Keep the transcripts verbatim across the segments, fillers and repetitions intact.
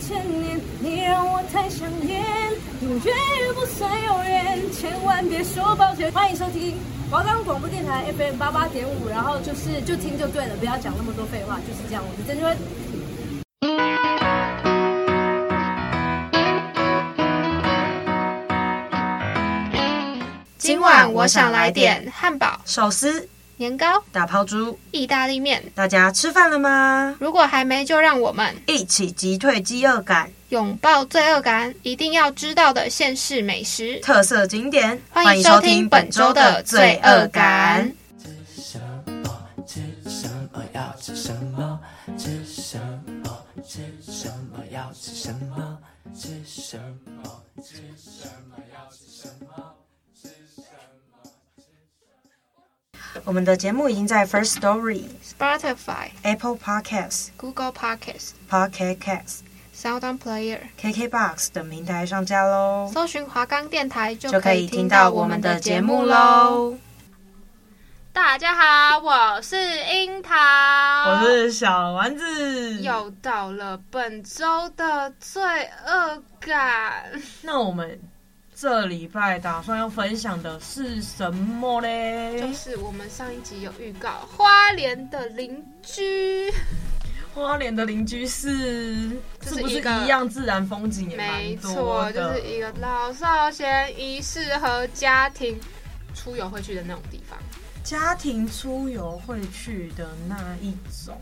千年，你让我太想念，永远也不算永远，千万别说抱歉。欢迎收听华冈广播电台 F M 八八点五，然后就是就听就对了，不要讲那么多废话，就是这样。我是郑钧。 今晚我想来点汉堡、 寿司、 年糕、 打抛猪、 意大利面。 大家吃饭了吗？ 如果还没，就让我们一起击退饥饿感， 拥抱罪恶感，一定要知道的县市美食、 特色景点。 欢迎收听本周的罪恶感。 吃什么？吃什么？要吃什么？吃什么？吃什么？要吃什么？吃什么？吃什么？要吃什么？ 我们的节目已经在 First Story、Apple Spotify、Google Podcasts、Pocket Casts、Sound On Player、K K Box 等平台上架喽， 搜寻华冈电台就就可以听到我们的节目喽。 大家好，我是樱桃， 我是小丸子。 又到了本周的罪恶感。 那我们这礼拜打算要分享的是什么嘞？ 就是我们上一集有预告花莲的邻居。 花莲的邻居是就是是不是一样自然风景也蛮多的？ 没错，就是一个老少咸宜、适合家庭出游会去的那种地方。 家庭出游会去的那一种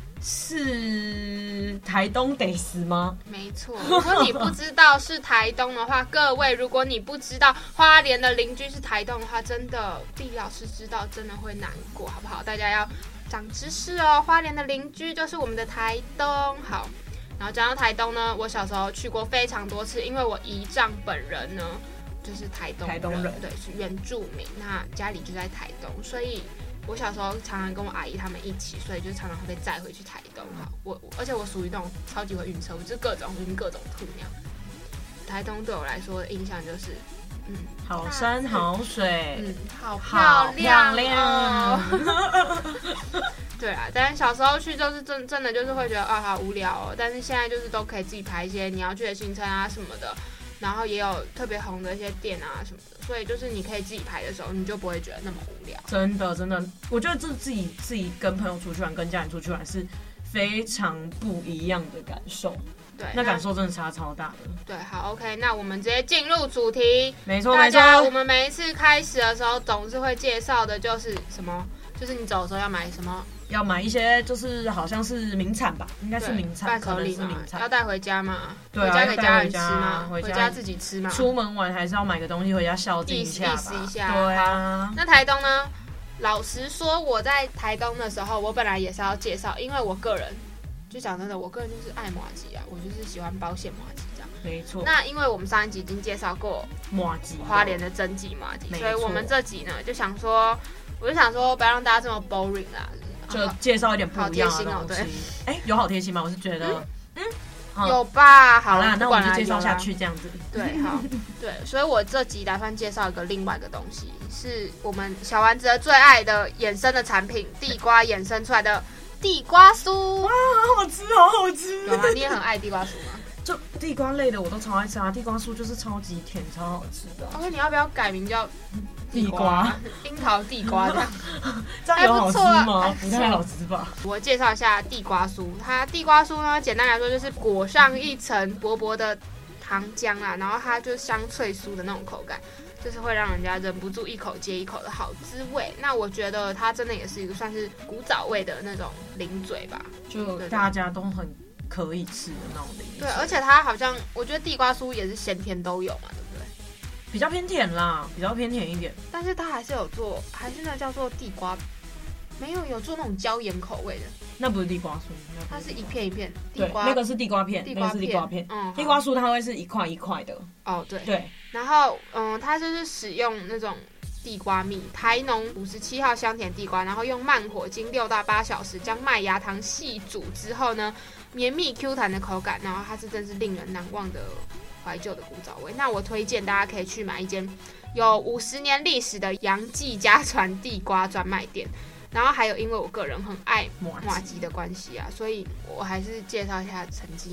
是台东得死吗？ 没错，如果你不知道是台东的话，各位，如果你不知道花莲的邻居是台东的话，真的毕老师知道真的会难过，好不好？大家要长知识哦。花莲的邻居就是我们的台东。好，然后讲到台东呢，我小时候去过非常多次，因为我姨丈本人呢就是台东人， 台东人对，是原住民，那家里就在台东，所以我小时候常常跟我阿姨他们一起，所以就常常会被载回去台东。好，我而且我属于那种超级会晕车，我就是各种晕各种吐那样。台东对我来说的印象就是，嗯， 好山好水， 嗯，好漂亮、哦、 好漂亮。 对啊，但是小时候去就是真真的就是会觉得啊好无聊哦，但是现在就是都可以自己排一些你要去的行程啊什么的。然后也有特别红的一些店啊什么的，所以就是你可以自己排的时候，你就不会觉得那么无聊。 真的真的，我觉得这自己自己跟朋友出去玩，跟家人出去玩是非常不一样的感受。 对， 那感受真的差超大的。 对，好 ，OK， 那我们直接进入主题。 没错， 大家没错。 我们每一次开始的时候，总是会介绍的就是什么？就是你走的时候要买什么？ 要买一些，就是好像是名产吧，应该是名产， 伴手礼嘛，要带回家嘛， 对啊， 回家给家人吃嘛， 回家自己吃嘛。 出门玩还是要买个东西回家孝敬一下吧， 意思一下。 对啊。 那台东呢？老实说，我在台东的时候，我本来也是要介绍，因为我个人就讲真的，我个人就是爱麻糬啊，我就是喜欢包馅麻糬这样。 没错。 那因为我们上一集已经介绍过麻糬， 花莲的真迹麻糬，所以我们这集呢就想说，我就想说不要让大家这么 boring 啦。 就介绍一点不一样的东西。哎、欸，有好贴心吗？我是觉得，嗯， 嗯有吧。好啦，那我们就介绍下去，这样子。 对，好，对，所以我这集打算介绍一个另外一个东西，是我们小丸子的最爱的衍生的产品，地瓜衍生出来的地瓜酥。 哇，好好吃，好好吃！ 有吗？你也很爱地瓜酥吗？ 就地瓜类的我都超爱吃啊，地瓜酥就是超级甜，超好吃的。 OK， 你要不要改名叫？ 地瓜， 樱桃地瓜这样， 这样有好吃吗？不太好吃吧。 我介绍一下地瓜酥，它地瓜酥呢，简单来说就是裹上一层薄薄的糖浆啦，然后它就是香脆酥的那种口感，就是会让人家忍不住一口接一口的好滋味。那我觉得它真的也是一个算是古早味的那种零嘴吧， 就大家都很可以吃的那种零嘴。 对，而且它好像我觉得地瓜酥也是咸甜都有嘛。 比较偏甜啦，比较偏甜一点， 但是它还是有做，还是那叫做地瓜，没有有做那种椒盐口味的， 那不是地瓜酥， 它是一片一片， 地瓜那个是地瓜片， 地瓜片， 那个是地瓜片， 嗯， 地瓜酥它会是一块一块的， 哦对对， 然后嗯，它就是使用那种地瓜蜜，台农五十七号香甜地瓜，然后用慢火经六到八小时将麦芽糖细煮之后呢，绵密 Q 弹的口感，然后它是真是令人难忘的怀旧的古早味。那我推荐大家可以去买一间有五十年历史的杨记家传地瓜专卖店。然后还有，因为我个人很爱麻糬的关系啊，所以我还是介绍一下陈记麻糬。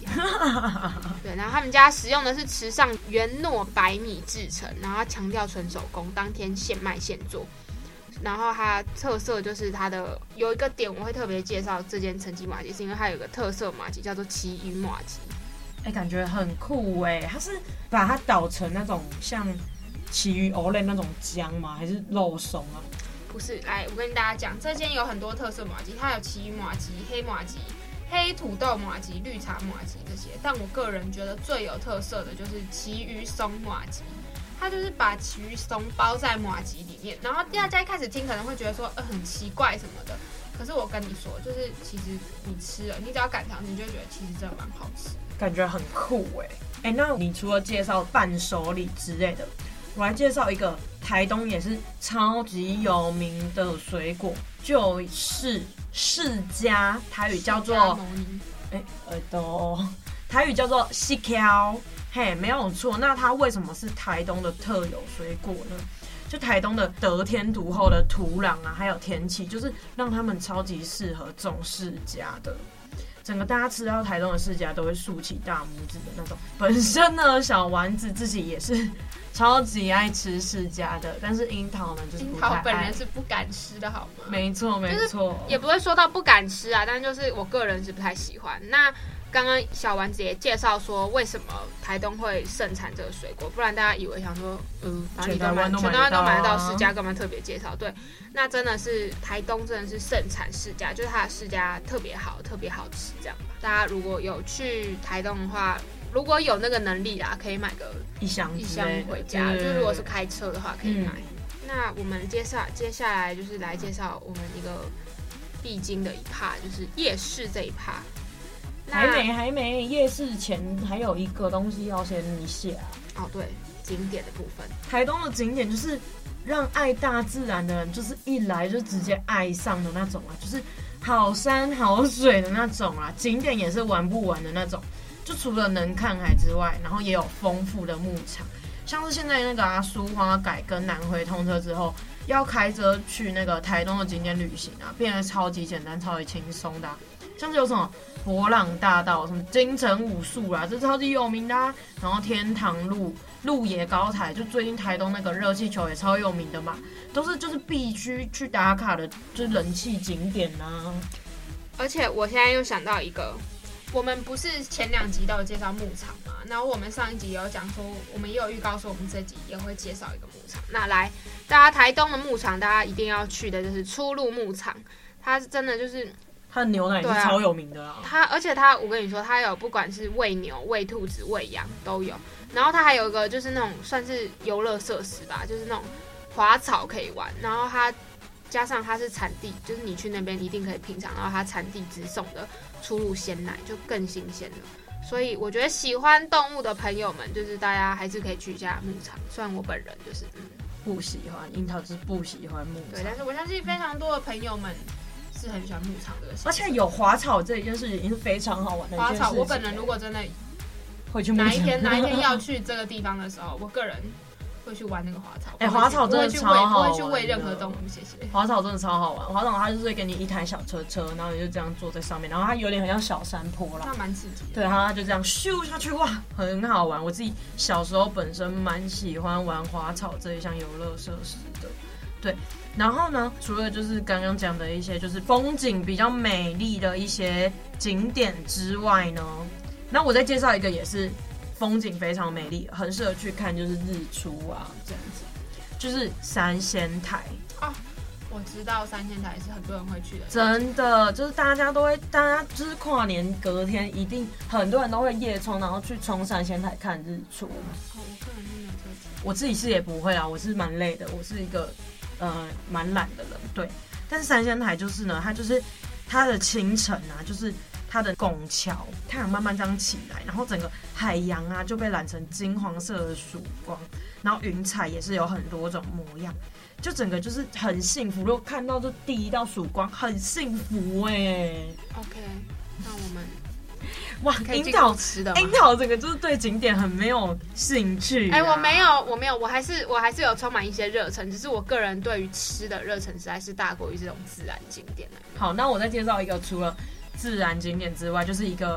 啊。对，然后他们家使用的是池上原糯白米制成，然后他强调纯手工，当天现卖现做。然后它特色就是它的有一个点我会特别介绍这间陈记麻吉，是因为它有一个特色麻吉叫做奇鱼麻吉。 哎、欸，感觉很酷哎！它是把它捣成那种像奇鱼藕类那种浆吗？还是肉松啊？ 不是，来我跟大家讲，这间有很多特色麻吉，它有奇鱼麻吉、黑麻吉、黑土豆麻吉、绿茶麻吉这些，但我个人觉得最有特色的就是奇鱼松麻吉。它就是把奇鱼松包在麻吉里面，然后大家一开始听可能会觉得说，呃，很奇怪什么的。可是我跟你说，就是其实你吃了，你只要敢尝，你就会觉得其实真的蛮好吃， 感觉很酷哎、欸。哎、欸，那你除了介绍伴手礼之类的，我来介绍一个台东也是超级有名的水果，就是释迦，台语叫做哎耳朵，台语叫做西敲。嘿，没有错。那它为什么是台东的特有水果呢？就台东的得天独厚的土壤啊，还有天气，就是让他们超级适合种释迦的。整个大家吃到台东的释迦都会竖起大拇指的那种。本身呢，小丸子自己也是超级爱吃释迦的，但是樱桃呢，就是不太爱。 樱桃本人是不敢吃的，好吗？ 没错，没错、就是， 也不会说到不敢吃啊，但就是我个人是不太喜欢。那刚刚小丸子也介绍说，为什么台东会盛产这个水果，不然大家以为想说，嗯，哪里都买，全台湾都买得到释迦，干嘛特别介绍？对，那真的是台东真的是盛产释迦，就是它的释迦特别好，特别好吃，这样。大家如果有去台东的话，如果有那个能力啦，可以买个一箱一箱回家，就如果是开车的话可以买。嗯、那我们接下接下来就是来介绍我们一个必经的一趴，就是夜市这一趴。 还没还没，夜市前还有一个东西要先一下哦，对，景点的部分。 台东的景点就是让爱大自然的人，就是一来就直接爱上的那种啊，就是好山好水的那种啊，景点也是玩不完的那种。就除了能看海之外，然后也有丰富的牧场，像是现在那个啊，苏花改跟南回通车之后，要开车去那个台东的景点旅行啊，变得超级简单、超级轻松的、啊。像是有什么博朗大道、什么金城武术啊，这超级有名的啊。然后天堂路、鹿野高台，就最近台东那个热气球也超有名的嘛，都是就是必须去打卡的，就是人气景点啊。 而且我现在又想到一个，我们不是前两集都有介绍牧场嘛？然后我们上一集也有讲说，我们也有预告说我们这集也会介绍一个牧场。那来，大家台东的牧场，大家一定要去的就是初鹿牧场，它是真的就是。 它的牛奶也是超有名的啊！ 它而且它，我跟你说，它有不管是喂牛、喂兔子、喂羊都有。然后它还有一个就是那种算是游乐设施吧，就是那种滑草可以玩。然后它加上它是产地，就是你去那边一定可以品尝到它产地直送的初鹿鲜奶，就更新鲜了。所以我觉得喜欢动物的朋友们，就是大家还是可以去一下牧场。虽然我本人就是嗯不喜欢樱桃，就是不喜欢牧场。 对，但是我相信非常多的朋友们。是很喜欢牧场这个事情， 而且有滑草这一件事情是非常好玩的一件事情。 滑草，我本人如果真的会去牧场， 哪一天哪一天要去这个地方的时候，我个人会去玩那个滑草。 哎、欸，滑草真的超好玩， 不会去喂任何动物，谢谢。 滑草真的超好玩，滑草它就是会给你一台小车车，然后你就这样坐在上面，然后它有点很像小山坡啦， 那蛮刺激的。 对，然后它就这样咻下去，哇，很好玩。我自己小时候本身蛮喜欢玩滑草这一项游乐设施的，对。然后呢，除了就是刚刚讲的一些就是风景比较美丽的一些景点之外呢，那我再介绍一个也是风景非常美丽，很适合去看，就是日出啊这样子，就是三仙台啊。我知道三仙台是很多人会去的， 真的就是大家都会，大家就是跨年隔天一定很多人都会夜冲，然后去冲三仙台看日出。 哦，我个人是没有这个。 我自己是也不会啦，我是蛮累的，我是一个。呃，蛮懒的人，对。但是三仙台就是呢，它就是它的清晨啊，就是它的拱桥，太阳慢慢这样起来，然后整个海洋啊就被染成金黄色的曙光，然后云彩也是有很多种模样，就整个就是很幸福。如果看到这第一道曙光，很幸福哎、欸。 OK， 那我们。 哇，樱桃吃的，樱桃整个就是对景点很没有兴趣、啊。 哎、欸，我没有，我没有，我还是我还是有充满一些热忱，只是我个人对于吃的热忱实在是大过于这种自然景点。 好，那我再介绍一个，除了自然景点之外，就是一个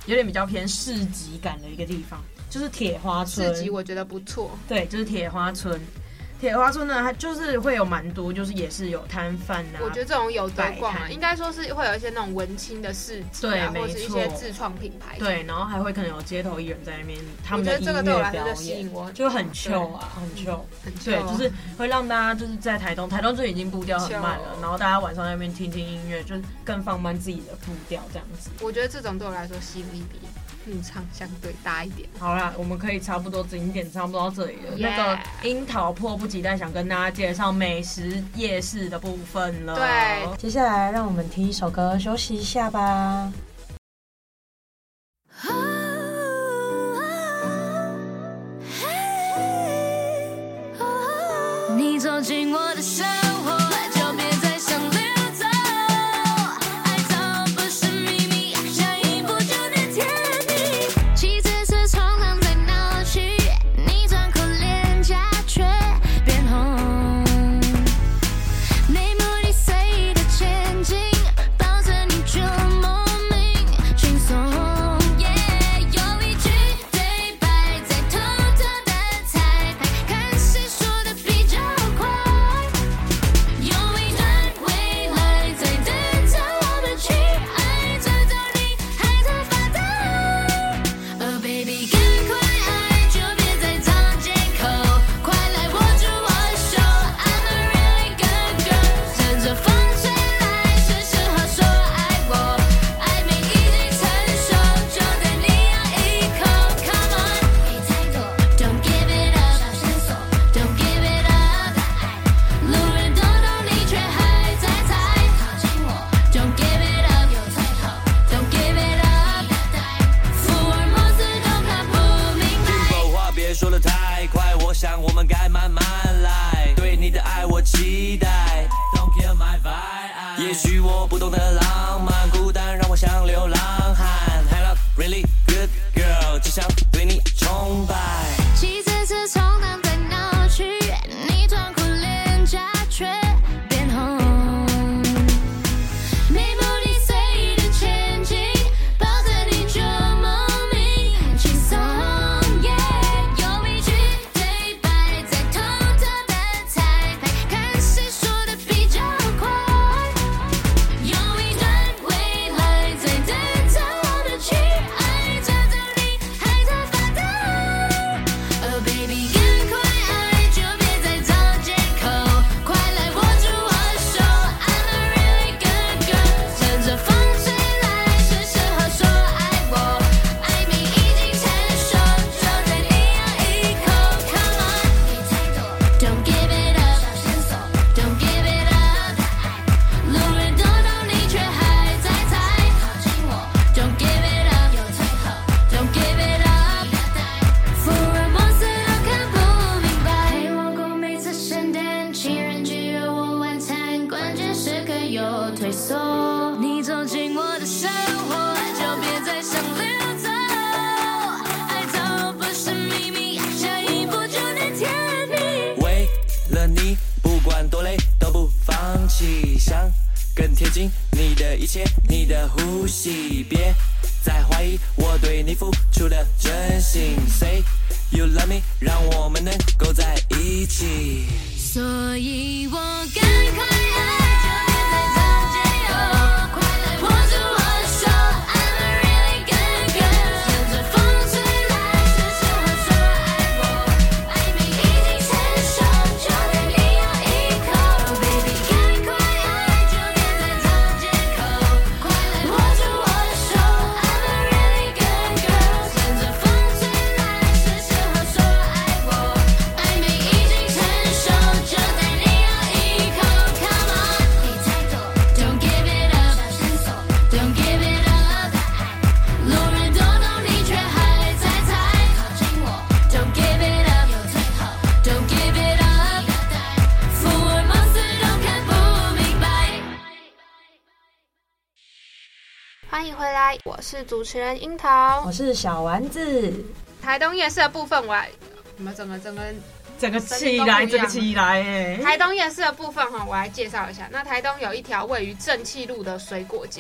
有点比较偏市集感的一个地方，就是铁花村。 市集我觉得不错， 对，就是铁花村。铁花村呢，它就是会有蛮多，就是也是有摊贩啊。 我觉得这种有得逛啊，应该说是会有一些那种文青的市集啊，或者是一些自创品牌。 对，然后还会可能有街头艺人在那边，他们的音乐表演，就很 chill 啊，很 chill， 很 chill。 对，就是会让大家就是在台东，台东就已经步调很慢了，然后大家晚上在那边听听音乐，就是更放慢自己的步调这样子。 我觉得这种对我来说吸引力比牧场相对大一点。 好啦，我们可以差不多景点差不多到这里了。Yeah. 那个樱桃迫不及待想跟大家介绍美食夜市的部分了。 对， 接下来让我们听一首歌休息一下吧。 你走进我的生活，就别再想溜走。爱早不是秘密，下一步就得甜蜜。其次是冲浪在闹区，你转过脸颊却变红。没目的随意的前进，抱着你就莫名轻松。有一句对白在偷偷的彩排，看谁说的比较快。有一段未来在等着我们去爱，直到你还在发呆。Oh baby， 赶快爱，就别再找借口，快来握住我手 ，I'm a really good girl。趁着风吹来，是时候说爱我，暧昧已经成熟，就对你要一口 ，Come on， 别太多 ，Don't give it up， 小线索 ，Don't give it up， 路人都懂你却还在猜，靠近我 ，Don't give it up， 有最后 ，Don't give it up， 福尔摩斯都看不明白。 Tempo 话别说得太快，我想我们该慢慢来。对你的爱我期待 ，Don't kill my vibe。也许我不懂得浪漫，孤单让我像流浪汉。I love really good girl， 只想对你崇拜。 其次是冲浪在闹区，你转过脸颊却变红。没目的随意的前进，抱着你就莫名轻松。有一句对白在偷偷的彩排，看谁说的比较快。有一段未来在等着我们去爱，直到你还在发呆。Oh baby， 赶快爱，就别再找借口，快来握住我手 ，I'm a really good girl。趁着风吹来，是时候说爱我，暧昧已经成熟，就对你要一口 ，Come on， 别太多 ，Don't give it up， 小线索 ，Don't give it up， 路人都懂你却还在猜，靠近我 ，Don't give it up， 有最后 ，Don't give it up， 福尔摩斯都看不明白。陪我过每次圣诞，情人节约我晚餐，关键时刻又退缩。你走进我的生活，就别再想溜走。爱早不是秘密，下一步就得甜蜜。 为了你，不管多累都不放弃，想更贴近你的一切，你的呼吸，别再怀疑我对你付出的真心。Say you love me， 让我们能够在一起。 所以我赶快爱，就别再找借口，快来握住我手 ，I'm a really good girl。趁着风吹来，是时候说爱我，暧昧已经成熟，就对你要一口。Oh baby， 赶快爱，就别再找借口，快来握住我手 ，I'm a really good girl。趁着风吹来，是时候说爱我，暧昧已经成熟，就对你要一口。Come on， 别太多 ，Don't give it up， 小线索 ，Don't give it up， 路人都懂你却还在猜，靠近我 ，Don't give it up， 有最后 ，Don't give it up， 福尔摩斯都看不明白。 欢迎回来，我是主持人樱桃我。是小丸子， 台东夜市的部分，我来，我们整个整个整个起来，整个起来，哎， 台东夜市的部分哈，我来介绍一下。那台东有一条位于正气路的水果街，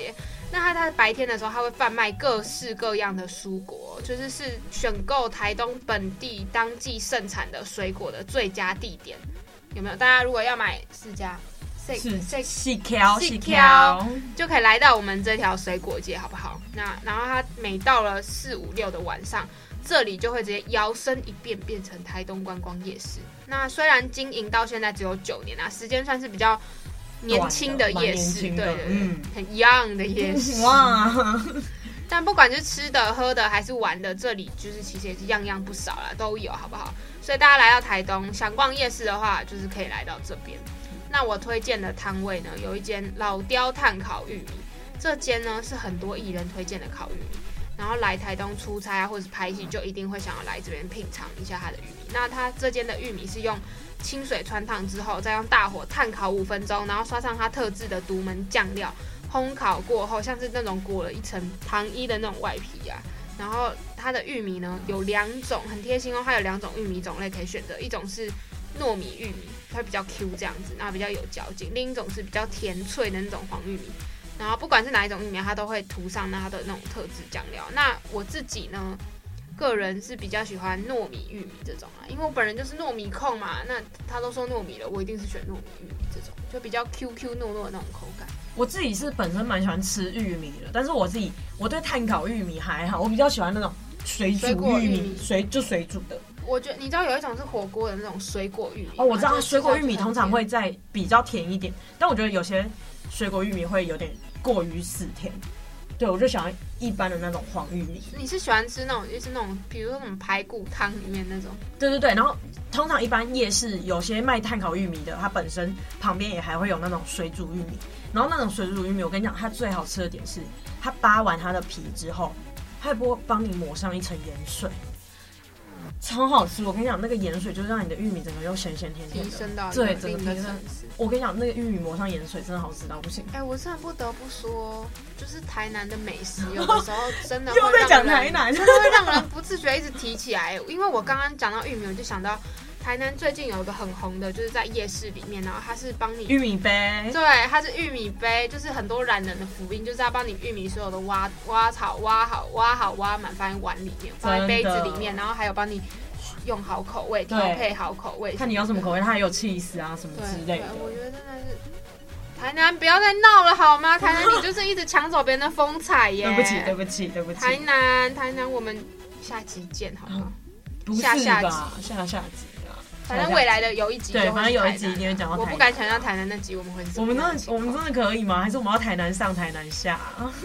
那他在白天的时候，他会贩卖各式各样的蔬果，就是是选购台东本地当季盛产的水果的最佳地点。有没有？大家如果要买释迦， 是细细挑细挑挑， 就可以来到我们这条水果街，好不好？那然后它每到了四五六的晚上，这里就会直接摇身一变变成台东观光夜市。那虽然经营到现在只有九年啊，时间算是比较年轻的夜市，对对对，嗯、很 young 的夜市。哇！但不管是吃的、喝的还是玩的，这里就是其实也是样样不少啦，都有，好不好？所以大家来到台东想逛夜市的话，就是可以来到这边。那我推荐的摊位呢，有一间老雕炭烤玉米，这间呢是很多艺人推荐的烤玉米，然后来台东出差啊或者是拍戏，就一定会想要来这边品尝一下它的玉米。那它这间的玉米是用清水汆烫之后，再用大火炭烤五分钟，然后刷上它特制的独门酱料，烘烤过后，像是那种裹了一层糖衣的那种外皮啊。然后它的玉米呢有两种，很贴心哦，它有两种玉米种类可以选择，一种是糯米玉米，它比较 Q 这样子，然后比较有嚼劲；另一种是比较甜脆的那种黄玉米。然后不管是哪一种玉米，它都会涂上它的那种特制酱料。那我自己呢，个人是比较喜欢糯米玉米这种啊，因为我本人就是糯米控嘛。那他都说糯米了，我一定是选糯米玉米这种，就比较 Q Q 糯糯的那种口感。 我自己是本身蛮喜欢吃玉米的，但是我自己我对炭烤玉米还好，我比较喜欢那种水煮玉米，水就水煮的。 我觉得你知道有一种是火锅的那种水果玉米哦，我知道水果玉米通常会再比较甜一点，但我觉得有些水果玉米会有点过于死甜。对，我就喜欢一般的那种黄玉米。 你是喜欢吃那种，就是那种，比如说那种排骨汤里面那种？ 对对对，然后通常一般夜市有些卖炭烤玉米的，它本身旁边也还会有那种水煮玉米。然后那种水煮玉米，我跟你讲，它最好吃的点是，它扒完它的皮之后，它会帮你抹上一层盐水，超好吃。我跟你讲，那个盐水就让你的玉米整个又咸咸甜甜的， 提升到对，整个提升。 我跟你讲，那个玉米抹上盐水真的好吃到不行。 哎、欸，我真的不得不说，就是台南的美食，有的时候真的又在讲台南， 真的会让人不自觉一直提起来。因为我刚刚讲到玉米，我就想到台南最近有一个很红的，就是在夜市里面，然后它是帮你玉米杯， 对，它是玉米杯，就是很多懒人的福音，就是要帮你玉米所有的挖挖好、挖好、挖好、挖满，放在碗里面，放在杯子里面，然后还有帮你用好口味，调配好口味， 看你要什么口味，它还有起司啊什么之类的。 我觉得真的是台南不要再闹了好吗？台南你就是一直抢走别人的风采耶！ 对不起，对不起，对不起。 台南，台南，我们下集见好不好？ 不是吧？下下集，下下集啊。 反正未来的有一集， 对，反正有一集一定会讲到台南。 我不敢想象台南那集我们会是什么。 我们那我们真的可以吗？还是我们要台南上台南下？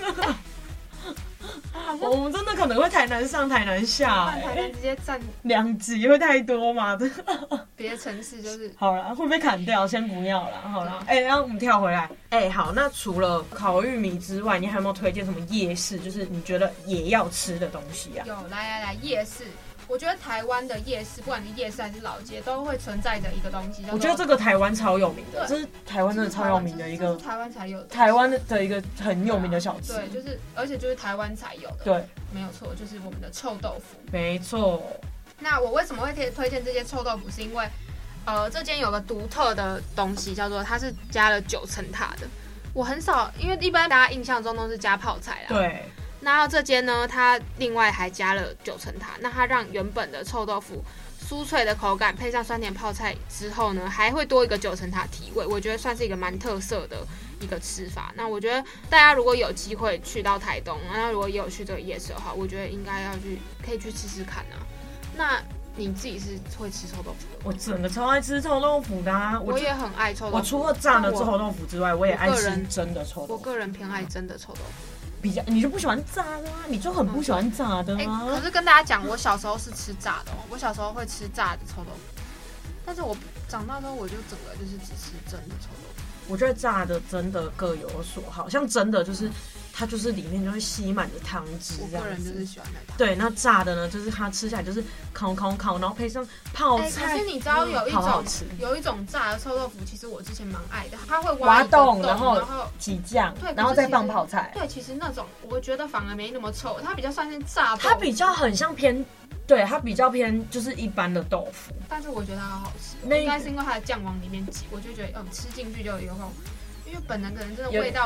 我们真的可能会台南上台南下、欸， 台南直接占两集会太多吗？ 别的城市就是好了，会被砍掉，先不要了。好了，哎、欸，然后我们跳回来，哎、欸，好，那除了烤玉米之外，你还有没有推荐什么夜市？就是你觉得也要吃的东西啊？ 有，来来来，夜市。我觉得台湾的夜市，不管是夜市还是老街，都会存在着一个东西。 我觉得这个台湾超有名的，这是台湾真的超有名的一个， 台湾才有的， 台湾的一个很有名的小吃。 对，就是而且就是台湾才有的。 对， 没有错，就是我们的臭豆腐。 没错。 那我为什么会推推荐这些臭豆腐？是因为，呃，这间有个独特的东西，叫做它是加了九层塔的。我很少，因为一般大家印象中都是加泡菜啦。 对。 然后这间呢，它另外还加了九层塔，那它让原本的臭豆腐酥脆的口感，配上酸甜泡菜之后呢，还会多一个九层塔提味，我觉得算是一个蛮特色的一个吃法。那我觉得大家如果有机会去到台东，那如果也有去这个夜市的话，我觉得应该要去，可以去吃吃看啊。那你自己是会吃臭豆腐的吗？ 我整个超爱吃臭豆腐的啊！ 我也很爱臭豆腐。 我除了炸的臭豆腐之外，我也爱吃真的臭豆腐。 我个人偏爱真的臭豆腐。 比较，你就不喜欢炸的啊？你就很不喜欢炸的啊？ 欸、可是跟大家讲，我小时候是吃炸的哦，我小时候会吃炸的臭豆腐，但是我长大之后我就整个就是只吃真的臭豆腐。 我觉得炸的真的各有所好，像真的就是它就是里面就会吸满着汤汁这样子。 我个人就是喜欢那汤。 对，那炸的呢，就是它吃起来就是烤烤烤，然后配上泡菜。 欸、可是你知道有一种、 嗯、好好吃有一种炸的臭豆腐，其实我之前蛮爱的，它会挖洞， 然后然后挤酱，然后再放泡菜。 对，其实那种我觉得反而没那么臭，它比较算是炸豆腐。 它比较很像偏。对，它比较偏就是一般的豆腐， 但是我觉得它好好吃，那应该是因为它的酱往里面挤，我就觉得嗯吃进去就有种，因为本人可能真的味道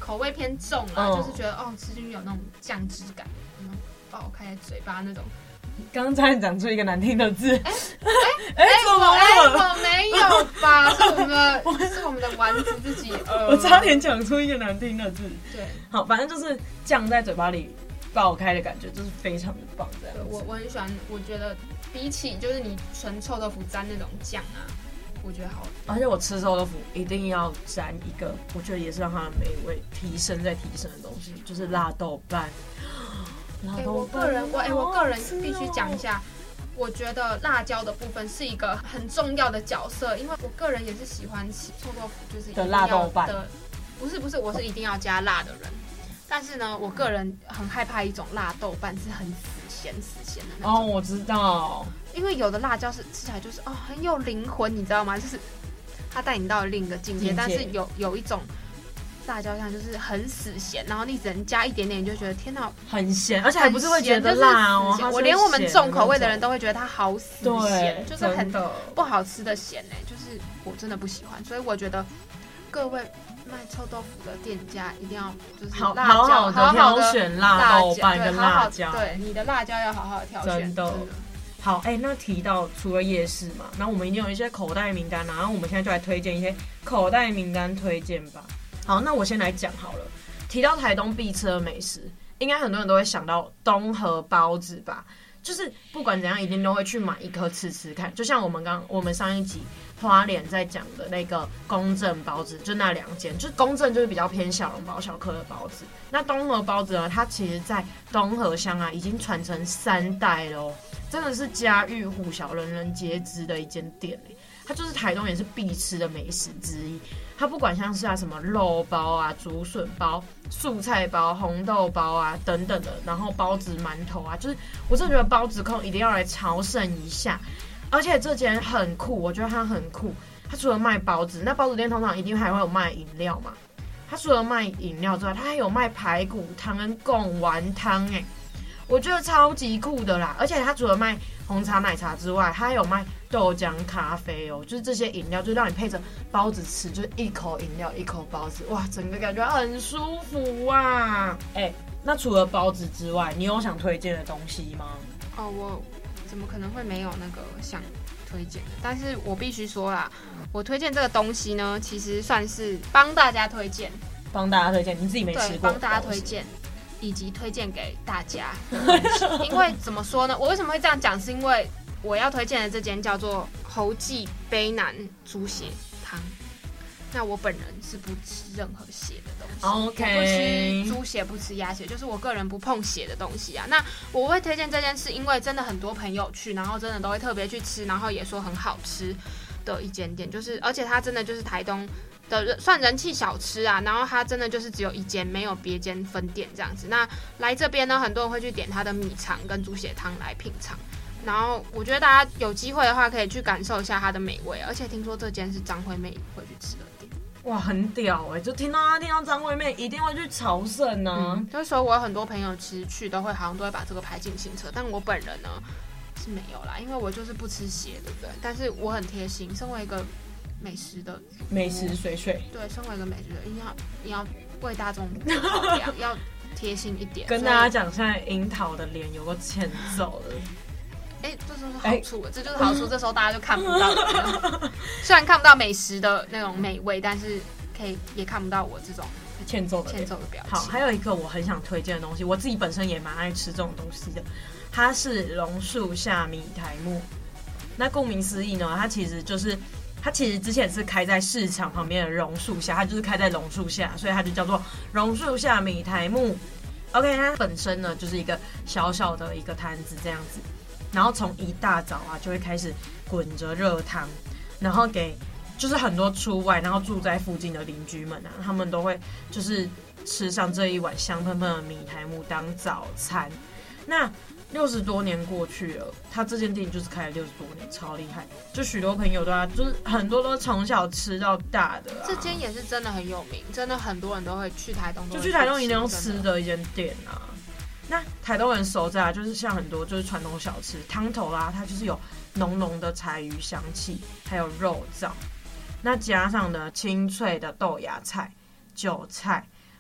口味偏重啦， 嗯就是觉得哦吃进去有那种酱汁感，然后爆开在嘴巴那种。 刚才讲出一个难听的字，哎哎哎，怎么哎了？ 我没有吧？是我们的是我们的丸子自己。呃， 我差点讲出一个难听的字。 对， 好，反正就是酱在嘴巴里爆开的感觉，就是非常的棒，这样子。 我我很喜欢，我觉得比起就是你纯臭豆腐沾那种酱啊，我觉得好。 而且我吃臭豆腐一定要沾一个，我觉得也是让它的美味提升再提升的东西，就是辣豆瓣。辣哎、 豆我瓣个人我哎、我个人好好吃哦必须讲一下。我觉得辣椒的部分是一个很重要的角色，因为我个人也是喜欢吃臭豆腐，就是一定的辣要豆瓣的，不是不是，我是一定要加辣的人。但是呢，我个人很害怕一种辣豆瓣是很死咸死咸的那哦， 种， 我知道， 因为有的辣椒是吃起来就是哦很有灵魂，你知道吗？就是它带你到了另一个境界， 境界但是有有一种辣椒酱就是很死咸，然后你只能加一点点，你就觉得天哪， 很咸，而且还不是会觉得很咸辣哦， 就是死咸它是我连我们咸重口味的那种人都会觉得它好死对咸，，就是很真的不好吃的咸呢、就是我真的不喜欢，所以我觉得各位卖臭豆腐的店家一定要就是好辣椒好好的挑的选辣豆瓣跟对好好辣椒， 对你的辣椒要好好的挑选， 真的好，哎、那提到除了夜市嘛，那我们一定有一些口袋名单啊，然后我们现在就来推荐一些口袋名单推荐吧。好，那我先来讲好了。提到台东必吃的美食，应该很多人都会想到东河包子吧？就是不管怎样，一定都会去买一颗吃吃看。就像我们刚我们上一集花莲在讲的那个公正包子，就那两间，就是公正就是比较偏小笼包小颗的包子。那东河包子呢，它其实在东河乡啊已经传承三代了哦。真的是家喻户晓、人人皆知的一间店诶，它就是台东也是必吃的美食之一。它不管像是啊什么肉包啊、竹笋包、素菜包、红豆包啊等等的，然后包子、馒头啊，就是我真的觉得包子控一定要来朝圣一下。而且这间很酷，我觉得它很酷。它除了卖包子，那包子店通常一定还会有卖饮料嘛。它除了卖饮料之外，它还有卖排骨汤跟贡丸汤诶。我觉得超级酷的啦，而且它除了卖红茶奶茶之外，它还有卖豆浆咖啡哦，就是这些饮料，就让你配着包子吃，就是一口饮料一口包子，哇，整个感觉很舒服啊！哎、欸，那除了包子之外，你有想推荐的东西吗？ 哦，我怎么可能会没有那个想推荐的？但是我必须说啦，我推荐这个东西呢，其实算是帮大家推荐， 帮大家推荐，你自己没吃对， 过， 帮大家推荐。以及推荐给大家，因为怎么说呢？我为什么会这样讲？是因为我要推荐的这间叫做侯记卑南猪血汤。那我本人是不吃任何血的东西 ，OK， 我不吃猪血，不吃鸭血，就是我个人不碰血的东西啊。那我会推荐这件事，因为真的很多朋友去，然后真的都会特别去吃，然后也说很好吃的一间店，就是而且它真的就是台东的算人气小吃啊，然后它真的就是只有一间，没有别间分店这样子。那来这边呢，很多人会去点它的米肠跟猪血汤来品尝。然后我觉得大家有机会的话，可以去感受一下它的美味。而且听说这间是张惠妹会去吃的店， 哇，很屌哎、欸！就听到他听到张惠妹，一定会去朝圣呢、啊。 嗯，就是说我有很多朋友其实去都会好像都会把这个排进行程，但我本人呢是没有啦，因为我就是不吃血，对不对？但是我很贴心，身为一个美食的美食水水， 对，身为一个美食的，一定要一定要为大众考量，要贴心一点。 跟大家讲，现在樱桃的脸有个欠揍了。 哎、欸，这就是好处了，欸、这就是好处。这时候大家就看不到了，虽然看不到美食的那种美味，但是可以也看不到我这种欠揍的欠揍的表情。 好，还有一个我很想推荐的东西，我自己本身也蛮爱吃这种东西的，它是榕树下米苔目。那顾名思义呢，它其实就是。它其实之前是开在市场旁边的榕树下，它就是开在榕树下，所以它就叫做榕树下米苔目。OK， 它本身呢就是一个小小的一个摊子这样子，然后从一大早啊就会开始滚着热汤，然后给就是很多出外然后住在附近的邻居们啊，他们都会就是吃上这一碗香喷喷的米苔目当早餐。那六十多年过去了，他这间店就是开了六十多年，超厉害。就许多朋友都要，就是很多都从小吃到大的、啊。 这间也是真的很有名，真的很多人都会去台东， 就去台东一定要吃的一间店啊。那台东人熟知啊，就是像很多就是传统小吃汤头啦、啊，它就是有浓浓的柴鱼香气，还有肉燥，那加上呢清脆的豆芽菜、韭菜。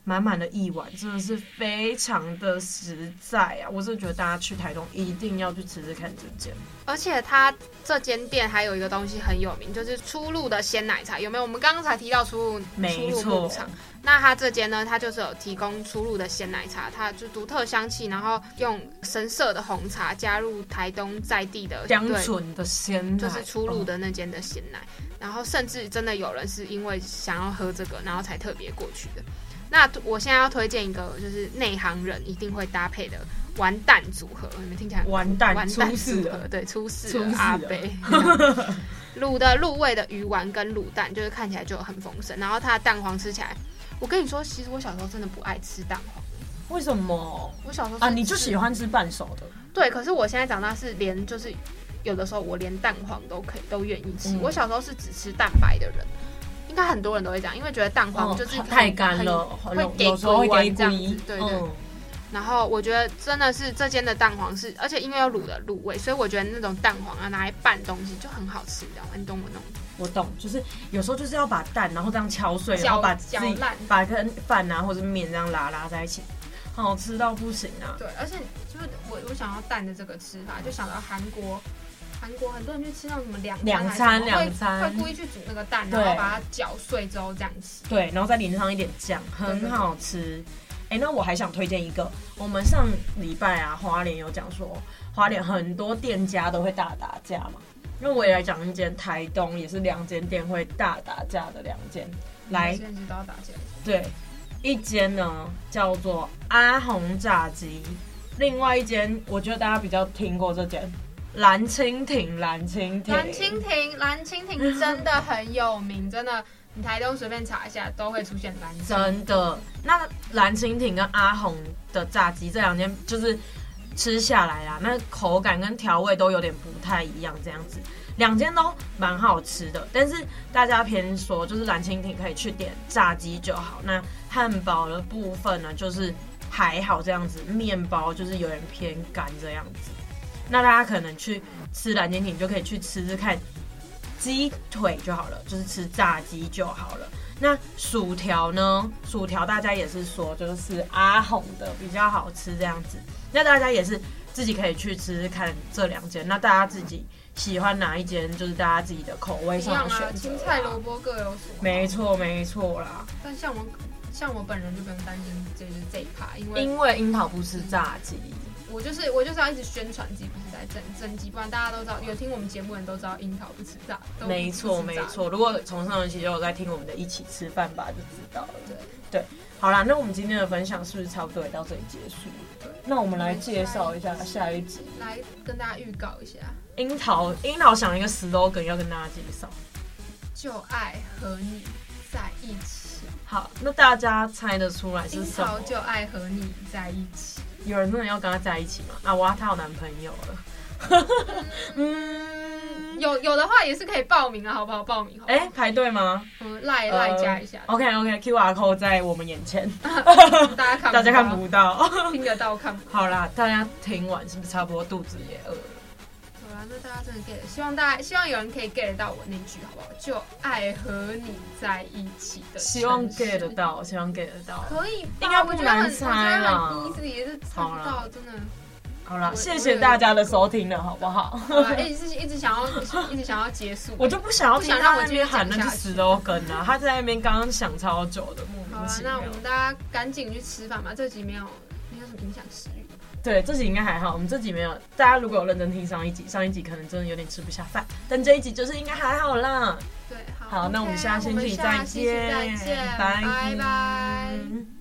满满的一碗，真的是非常的实在啊！我真的觉得大家去台东一定要去吃吃看这间。 而且它这间店还有一个东西很有名，就是初鹿的鲜奶茶，有没有？我们刚刚才提到初鹿， 没错初鹿牧场。那它这间呢，它就是有提供初鹿的鲜奶茶，它就独特香气，然后用深色的红茶加入台东在地的香醇的鲜奶， 就是初鹿的那间的鲜奶。哦、然后甚至真的有人是因为想要喝这个，然后才特别过去的。那我现在要推荐一个，就是内行人一定会搭配的完蛋组合，你们听起来完蛋， 完蛋组合，对，出事了阿贝。卤的入味的鱼丸跟卤蛋，就是看起来就很丰盛，然后它的蛋黄吃起来，我跟你说，其实我小时候真的不爱吃蛋黄。 为什么？ 我小时候啊，你就喜欢吃半熟的。 对，可是我现在长大是连就是有的时候我连蛋黄都可以都愿意吃、嗯。我小时候是只吃蛋白的人。应该很多人都会这样，因为觉得蛋黄就是、 哦、太干了， 会给龟丸这样子，对对、 嗯。 然后我觉得真的是这间的蛋黄是，而且因为有卤的卤味，所以我觉得那种蛋黄啊拿来拌东西就很好吃，你知道吗？你懂我懂？ 我懂，就是有时候就是要把蛋，然后这样敲碎，然后把自己把跟饭啊或者面这样拉拉在一起，好吃到不行啊！ 对，而且就是我我想要蛋的这个吃法，就想到韩国。韩国很多人去吃那种什么两两餐两餐， 会故意去煮那个蛋，然后把它搅碎之后这样吃。 对，然后再淋上一点酱，很好吃。哎、欸，那我还想推荐一个，我们上礼拜啊，花莲有讲说，花莲很多店家都会大打架嘛。那我也来讲一间台东也是两间店会大打架的两间，来， 现在都要打架。 对，一间呢叫做阿红炸鸡，另外一间我觉得大家比较听过这间。蓝蜻蜓，蓝蜻蜓， 蓝蜻蜓，蓝蜻蜓真的很有名，真的，你台东随便查一下都会出现蓝蜻蜓。 真的，那蓝蜻蜓跟阿红的炸鸡这两间就是吃下来啦，那口感跟调味都有点不太一样，这样子，两间都蛮好吃的，但是大家偏说就是蓝蜻蜓可以去点炸鸡就好，那汉堡的部分呢就是还好这样子，面包就是有点偏干这样子。那大家可能去吃蓝蜻蜓，就可以去吃吃看鸡腿就好了，就是吃炸鸡就好了。那薯条呢？薯条大家也是说就是阿红的比较好吃这样子。那大家也是自己可以去吃吃看这两间。那大家自己喜欢哪一间，就是大家自己的口味上的选择。 啊，青菜萝卜各有所好。 没错，没错啦。 但像我像我本人就不用担心这就是这一趴，因为因为樱桃不吃炸鸡。 我就是我就是要一直宣传自己不是在整整集，不然大家都知道，有听我们节目的人都知道樱桃不吃炸。 没错没错，如果从上一期就有在听我们的一起吃饭吧，就知道了。对对，好啦，那我们今天的分享是不是差不多也到这里结束？对，那我们来介绍一下下一集， 来跟大家预告一下。 樱桃樱桃想了一个 slogan 要跟大家介绍， 就爱和你在一起。 好，那大家猜得出来是什么？ 樱桃就爱和你在一起。 有人真的要跟他在一起吗？啊，哇，她有男朋友了。 嗯，有有的话也是可以报名啊，好不好？报名好不好？ 哎、欸，排队吗？ 嗯，赖赖加一下。 OK OK，Q R code 在我们眼前， 大家看不到， 大家看不到， 听得到看不到。 好啦，大家听完是不是差不多肚子也饿了？ 好啦，那大家真的 get， 希望大家希望有人可以 get 到我那句，好不好？就爱和你在一起的， 希望 get 得到，希望 get 得到， 可以吧？ 应该不难猜啦。 我觉得很 easy， 也是猜不到，真的。 好啦，谢谢大家的收听了，好不好？ 一直一直想要一直想要结束， 我就不想要听他在那边喊那个slogan啊，他在那边刚刚想超久的，莫名其妙。 好啦，那我们大家赶紧去吃饭吧，这集没有没有什么影响食欲。 对，这集应该还好，我们这集没有。大家如果有认真听上一集，上一集可能真的有点吃不下饭，但这一集就是应该还好啦。 对，好， 好，那我们下星期再见， 拜拜。